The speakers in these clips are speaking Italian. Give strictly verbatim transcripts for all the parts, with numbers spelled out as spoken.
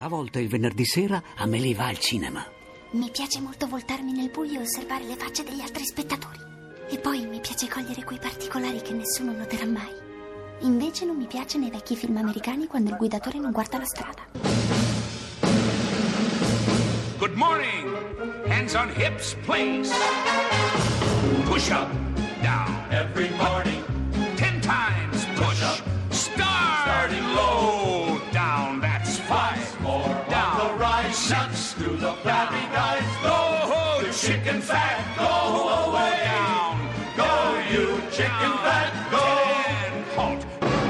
A volte il venerdì sera a me li va al cinema. Mi piace molto voltarmi nel buio e osservare le facce degli altri spettatori. E poi mi piace cogliere quei particolari che nessuno noterà mai. Invece non mi piace nei vecchi film americani quando il guidatore non guarda la strada. Good morning. Hands on hips, please. Push up, down. Every morning. Ten times push up. Starting low, down. That's five. More down. On the rise, six through the flabby guys. Go, you chicken fat. Go away. Down. Go, you chicken fat. Go. Halt.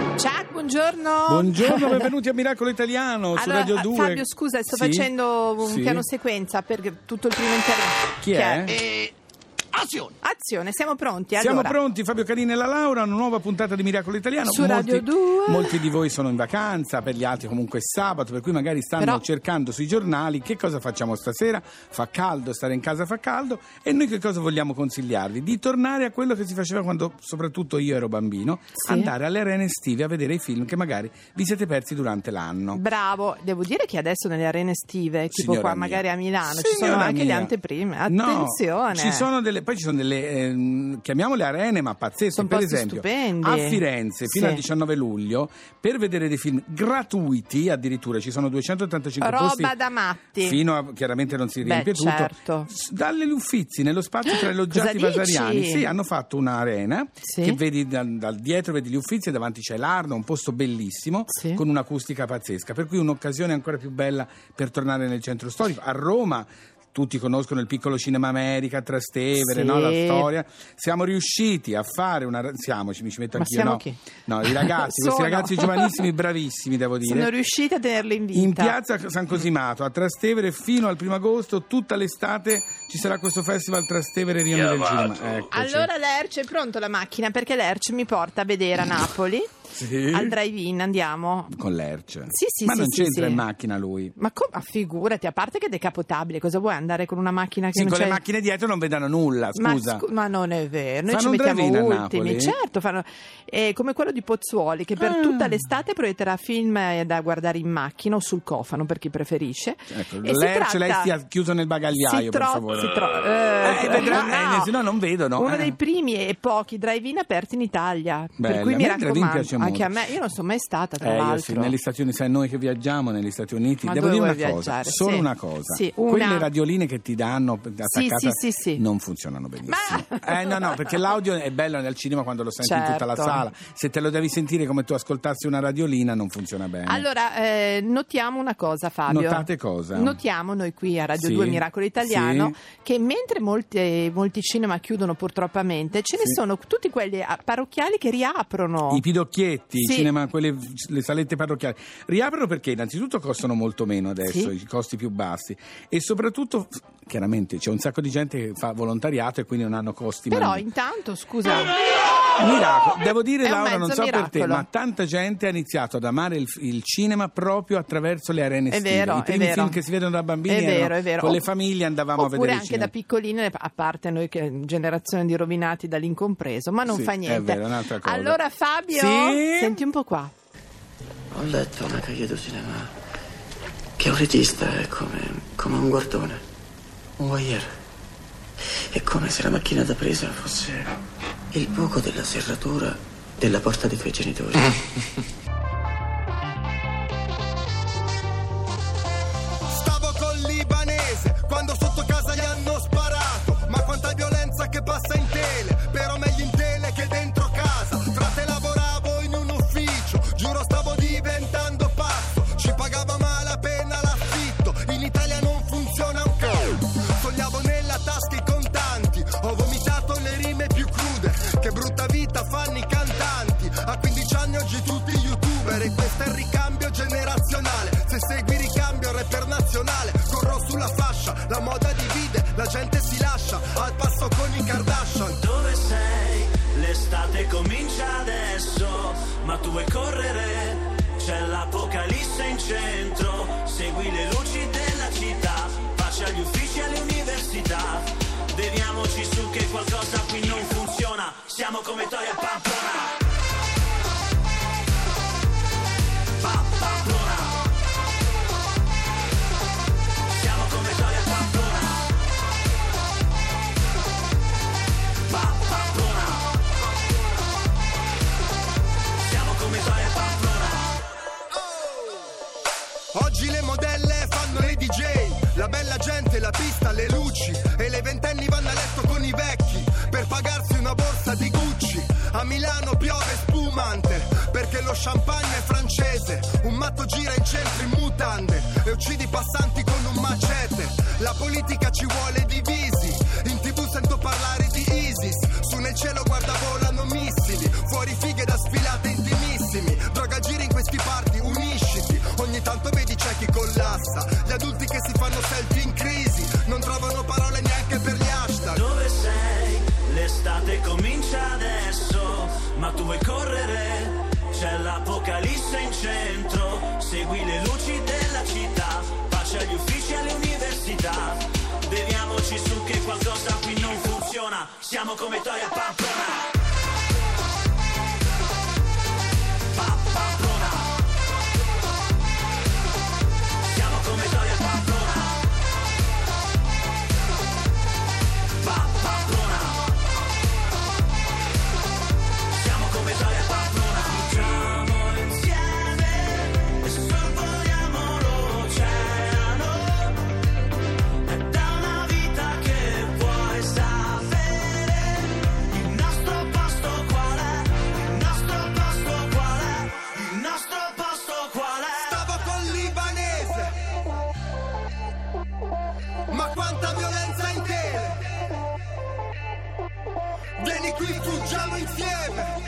Buongiorno. Buongiorno, benvenuti a Miracolo Italiano su allora, Radio due. Fabio, scusa, sto sì? facendo un sì? piano sequenza per tutto il primo intervento. Chi è? Eh, azione. Azione, siamo pronti. Siamo allora. pronti, Fabio Carini e la Laura, una nuova puntata di Miracolo Italiano. Su molti, Radio due. Molti di voi sono in vacanza, per gli altri comunque è sabato, per cui magari stanno Però... cercando sui giornali che cosa facciamo stasera. Fa caldo, stare in casa fa caldo, e noi che cosa vogliamo consigliarvi? Di tornare a quello che si faceva quando soprattutto io ero bambino, sì? andare alle arene estive a vedere i film che magari vi siete persi durante l'anno. Bravo, devo dire che adesso nelle arene estive, tipo Signora qua mia. magari a Milano, Signora ci sono anche mia. le anteprime. No, Attenzione. ci sono delle, poi ci sono delle, ehm, chiamiamole arene, ma pazzesche. Sono per posti esempio, stupendi. a Firenze fino Sì. al diciannove luglio, per vedere dei film gratuiti, addirittura ci sono duecentottantacinque Roba posti. da matti. Fino a, chiaramente non si riempie Beh, tutto. certo. S- Dalle Uffizi, nello spazio tra i loggiati Cosa vasariani, dici? sì, hanno fatto un'arena Sì. che vedi dal, dal dietro, vedi gli Uffizi e davanti c'è l'Arno, un posto bellissimo, Sì. con un'acustica pazzesca, per cui un'occasione ancora più bella per tornare nel centro storico. A Roma tutti conoscono il piccolo Cinema America a Trastevere, Sì. no? La storia. Siamo riusciti a fare una... Siamo, ci mi ci metto Ma anch'io, siamo no? chi? No, i ragazzi, Sono. questi ragazzi giovanissimi, bravissimi, devo dire. Sono riuscita a tenerlo in vita. In piazza San Cosimato, a Trastevere, fino al primo agosto, tutta l'estate ci sarà questo festival Trastevere Rione del Cinema. Eccoci. Allora Lerch, è pronto la macchina? Perché Lerch mi porta a vedere a Napoli. Sì. Al drive-in andiamo. Con Lerch. Sì, sì, Ma sì, non sì, c'entra sì. in macchina lui. Ma come? Ah, figurati, a parte che è decapotabile, cosa vuoi andare con una macchina che Sì, non con c'è? le macchine dietro non vedano nulla, scusa. Ma, scu- ma non è vero, noi Fanno ci un mettiamo drive-in a ultimi. Napoli? Certo, fanno è come quello di Pozzuoli che per Ah. tutta l'estate proietterà film eh, da guardare in macchina o sul cofano per chi preferisce. Ecco, E si Lerch, tratta- lei stia chiuso nel bagagliaio, si per tro- favore. si tro- Eh, eh, vedrà, no. eh, se no non vedono. Uno eh. dei primi e pochi drive-in aperti in Italia. Bella, per cui a mi me il drive-in raccomando, piace anche a molto. me, io non sono mai stata tra Eh, io l'altro. sì, negli Stati Uniti, sai, noi che viaggiamo negli Stati Uniti, Ma devo dove dire vuoi una cosa, viaggiare? solo Sì. una cosa, Sì, una- quelle radioline che ti danno attaccate sì, sì, sì. non funzionano benissimo. Ma- Eh no, no, perché l'audio è bello nel cinema quando lo senti in tutta la Certo. sala, se te lo devi sentire come tu ascoltassi una radiolina non funziona bene. Allora, eh, notiamo una cosa, Fabio. Notate cosa? Notiamo noi qui a Radio Sì, due Miracolo Italiano sì. che mentre molti, molti cinema chiudono purtroppamente, ce ne Sì. sono tutti quelli ah, parrocchiali che riaprono. I pidocchietti, Sì. i cinema, quelle, le salette parrocchiali riaprono perché innanzitutto costano molto meno adesso, Sì. i costi più bassi, e soprattutto chiaramente c'è un sacco di gente che fa volontariato e quindi non hanno costi. Però ma... intanto, scusa, Miracolo, devo dire È un Laura, non mezzo so per te, miracolo. ma tanta gente ha iniziato ad amare il, il cinema proprio attraverso le arene è estive. vero, I è primi vero. film che si vedono da bambini è vero, erano è vero. con le Opp- famiglie andavamo a oppure vedere il anche cinema. da piccolini, a parte noi che generazione di rovinati dall'incompreso, ma non Sì, fa è niente. vero, è un'altra cosa. Allora Fabio, Sì? senti un po' qua. Ho letto una cahiers du cinema che un regista è come, come un guardone, un voyeur. È come se la macchina da presa fosse il buco della serratura della porta dei tuoi genitori. Stavo col libanese quando sotto casa gli hanno sparato. Ma quanta violenza che passa in tele, però meglio in tele che dentro casa. Frate, lavoravo in un ufficio, giuro stavo diventando pazzo. Ci pagava malapena l'affitto, in Italia non funziona un cazzo. Sognavo nella tasca i contanti, ho vomitato le rime più crude. Che brutta vita fanno i cantanti, a quindici anni oggi tutti youtuber. E questo è il ricambio generazionale, se segui ricambio rapper nazionale. Corro sulla fascia, la moda divide, la gente si lascia, al passo con i Kardashian. Dove sei? L'estate comincia adesso, ma tu vuoi correre? C'è l'apocalisse in centro, segui le luci della città, pace agli uffici e alle università. Beviamoci su che qualcosa qui non funziona, siamo come Toy e Pamplona. Pa- Pamplona. Oggi le modelle fanno le D J, la bella gente, la pista, le luci, e le ventenni vanno a letto con i vecchi per pagarsi una borsa di Gucci. A Milano piove spumante perché lo champagne è francese. Un matto gira in centro in mutande e uccide i passanti con un macete. La politica ci vuole divisi, in tv sento parlare di ISIS, su nel cielo guarda volano missili, fuori fighe da sfilate intimissimi. Droga gira in questi party, unisciti, ogni tanto vedi c'è chi collassa, gli adulti che si fanno selfie in crisi, non trovano parole neanche per gli hashtag. Dove sei? L'estate comincia adesso, ma tu vuoi correre? C'è l'apocalisse in centro, segui le luci della città, pace agli uffici e alle università. Beviamoci su che qualcosa qui non funziona, siamo come Toy e Pamplona. Pa- Pamplona. Siamo come Toy e Pamplona. Pa- Pamplona. Siamo come Toy e Pamplona. Facciamo insieme e sorvoliamo l'oceano. È da una vita che puoi sapere il nostro posto qual è, il nostro posto qual è, il nostro posto qual è. Stavo col libanese, ma quanta violenza in tele. Vieni qui, fuggiamo insieme.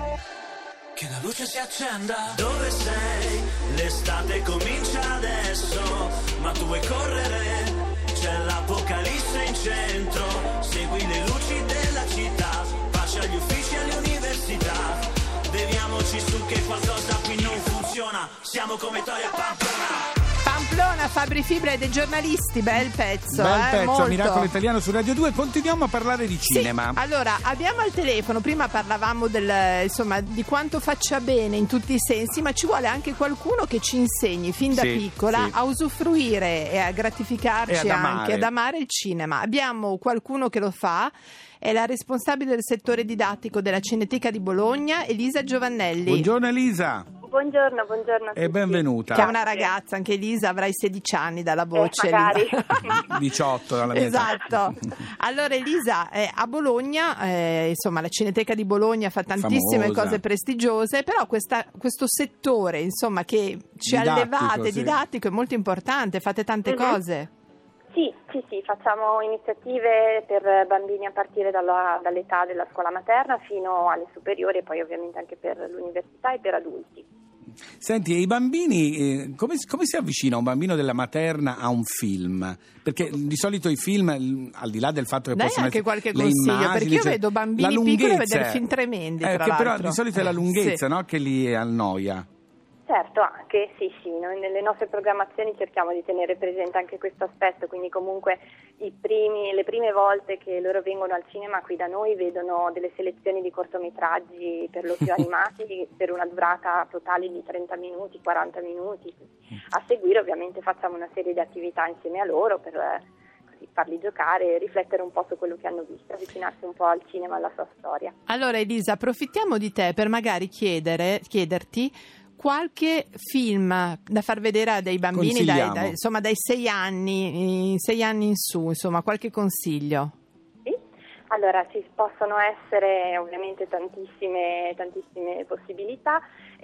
Che la luce si accenda. Dove sei? L'estate comincia adesso, ma tu vuoi correre? C'è l'apocalisse in centro, segui le luci della città, pace agli uffici e alle università. Beviamoci su che qualcosa qui non funziona, siamo come Toy e Pamplona. Pamplona, Fabri Fibra e dei giornalisti, bel pezzo. Bel eh, pezzo, molto. Miracolo Italiano su Radio due. Continuiamo a parlare di cinema. Sì, allora, abbiamo al telefono, prima parlavamo del, insomma, di quanto faccia bene in tutti i sensi, ma ci vuole anche qualcuno che ci insegni fin da Sì, piccola sì. a usufruire e a gratificarci E ad amare. anche, ad amare il cinema. Abbiamo qualcuno che lo fa, è la responsabile del settore didattico della Cineteca di Bologna, Elisa Giovannelli. Buongiorno Elisa. Buongiorno, buongiorno a tutti. E benvenuta. Che è una ragazza, anche Elisa, avrai sedici anni dalla voce. Eh, magari. Elisa. diciotto dalla mia età. Esatto. Allora Elisa, eh, a Bologna, eh, insomma la Cineteca di Bologna fa tantissime Famosa. cose prestigiose, però questa, questo settore insomma che ci Didattico, allevate, sì. didattico, è molto importante, fate tante Mhm. cose. Sì, sì, sì, facciamo iniziative per bambini a partire dalla- dall'età della scuola materna fino alle superiori e poi ovviamente anche per l'università e per adulti. Senti, e i bambini, eh, come, come si avvicina un bambino della materna a un film? Perché di solito i film, l- al di là del fatto che Dai possono anche essere qualche le consiglio, immagini, perché io cioè, vedo bambini la lunghezza, piccoli a vedere film tremendi, eh, tra che però l'altro. di solito è la lunghezza, Sì. no? Che li annoia. Certo, anche sì, sì, noi nelle nostre programmazioni cerchiamo di tenere presente anche questo aspetto, quindi comunque i primi, le prime volte che loro vengono al cinema qui da noi vedono delle selezioni di cortometraggi per lo più animati per una durata totale di trenta minuti, quaranta minuti. A seguire ovviamente facciamo una serie di attività insieme a loro per eh, così farli giocare e riflettere un po' su quello che hanno visto, avvicinarsi un po' al cinema e alla sua storia. Allora Elisa, approfittiamo di te per magari chiedere, chiederti qualche film da far vedere a dei bambini dai, Consigliamo. dai- insomma dai sei anni, eh, sei anni in su, insomma qualche consiglio. Sì. Allora ci possono essere ovviamente tantissime, tantissime possibilità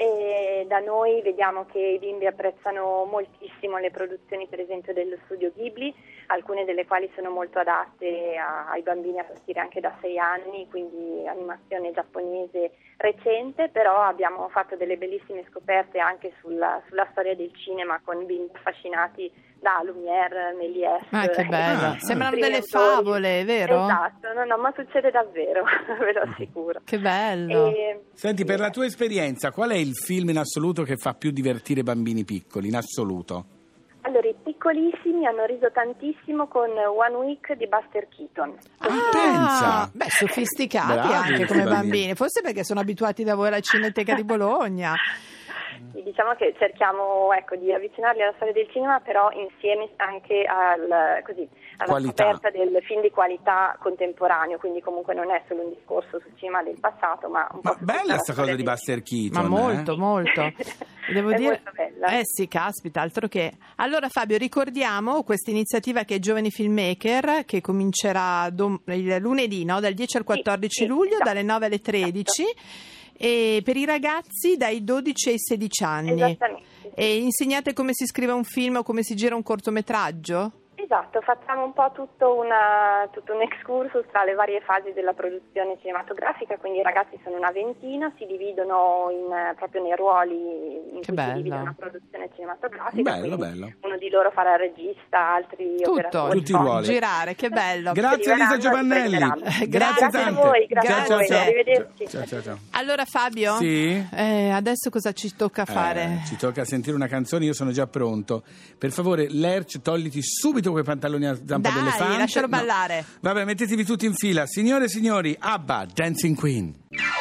e da noi vediamo che i bimbi apprezzano moltissimo le produzioni per esempio dello studio Ghibli, alcune delle quali sono molto adatte a- ai bambini a partire anche da sei anni, quindi animazione giapponese recente, però abbiamo fatto delle bellissime scoperte anche sulla, sulla storia del cinema con bimbi affascinati da Lumière, Méliès. Ah, che bello. eh, Sembrano i delle autori. favole, vero? Esatto, no, no, ma succede davvero, ve lo assicuro. Che bello. E- Senti, per la tua esperienza, qual è il film in assoluto che fa più divertire i bambini piccoli, in assoluto? Allora, i piccolissimi hanno riso tantissimo con One Week di Buster Keaton. Ah, pensa. beh, sofisticati Bravi anche questi come bambini. bambini, forse perché sono abituati da voi alla Cineteca di Bologna. Sì, diciamo che cerchiamo, ecco, di avvicinarli alla storia del cinema, però insieme anche al, così, alla Qualità. scoperta del film di qualità contemporaneo, quindi comunque non è solo un discorso sul cinema del passato, ma un Ma po' su bella tutta la sta storia cosa di del Buster Keaton. Ma molto, eh? molto. Devo È dire, molto bella. eh sì, caspita, altro che. Allora Fabio, ricordiamo questa iniziativa che è Giovani Filmmaker, che comincerà dom- il lunedì, no? Dal dieci al quattordici sì, luglio, esatto. dalle nove alle tredici, e per i ragazzi dai dodici ai sedici anni. Esattamente. Sì. E insegnate come si scrive un film o come si gira un cortometraggio? Esatto, facciamo un po' tutto, una, tutto un excursus tra le varie fasi della produzione cinematografica, quindi i ragazzi sono una ventina, si dividono in, proprio nei ruoli in Che cui bello. si divide una produzione cinematografica. Bello, quindi bello. Uno di loro farà il regista, altri Tutto, operatori. Tutti i ruoli. girare, che bello. Grazie Elisa Giovannelli. Grazie. Grazie a tante. voi, grazie ciao, a ciao, voi, ciao. arrivederci. Ciao, ciao, ciao. Allora Fabio, Sì? eh, adesso cosa ci tocca fare? Eh, ci tocca sentire una canzone, io sono già pronto. Per favore, Lerch, togliti subito quei pantaloni a zampa Dai, d'elefante. lascialo No. ballare. Vabbè, mettetevi tutti in fila. Signore e signori, ABBA, Dancing Queen.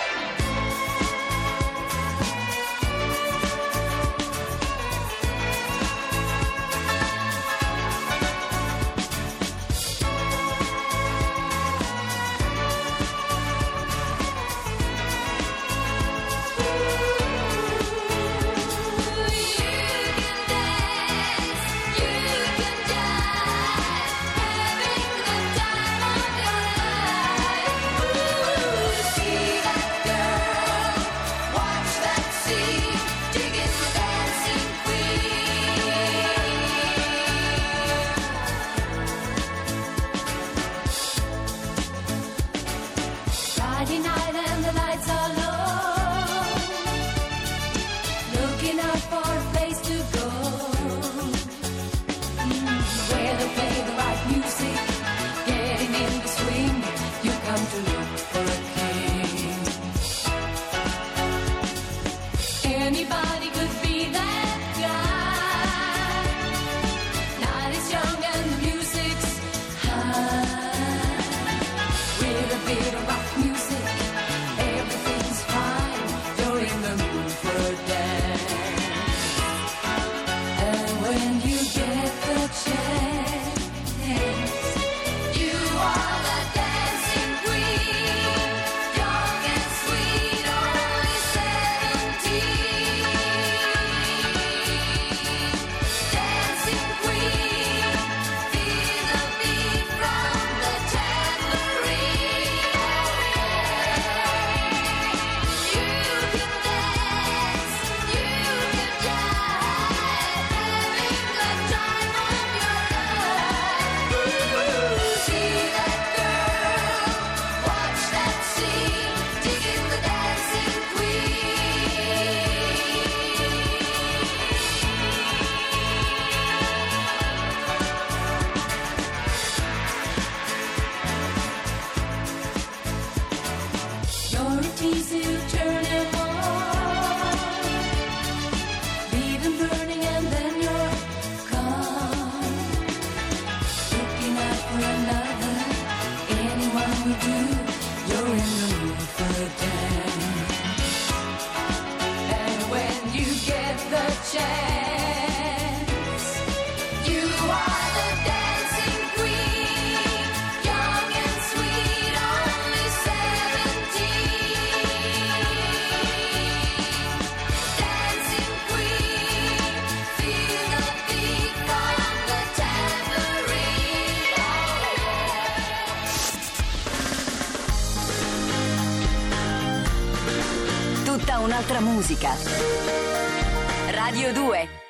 Friday night and the lights are low, looking out for a place to go, mm, where they play the right music, getting in the swing, you come to look for a king. Anybody could be that guy, night is young and the music's high, with a bit of rock music, everything's fine. You're in the mood for a dance. And when you get the chance, you are the dancing queen, young and sweet, only seventeen. Dancing queen, feel the beat from the tambourine. You can dance, you can jive, having the time of your life. Ooh, see that girl, watch that scene, digging the dancing queen. You're a tease, you turn him on, leave him burning and then you're gone. Looking out for another, anyone will do. You're in the mood for a dance. And when you get the chance, you are the dancing queen, young and sweet, only seventeen. Dancing queen, feel the beat from the tambourine. Tutta un'altra musica. Radio due.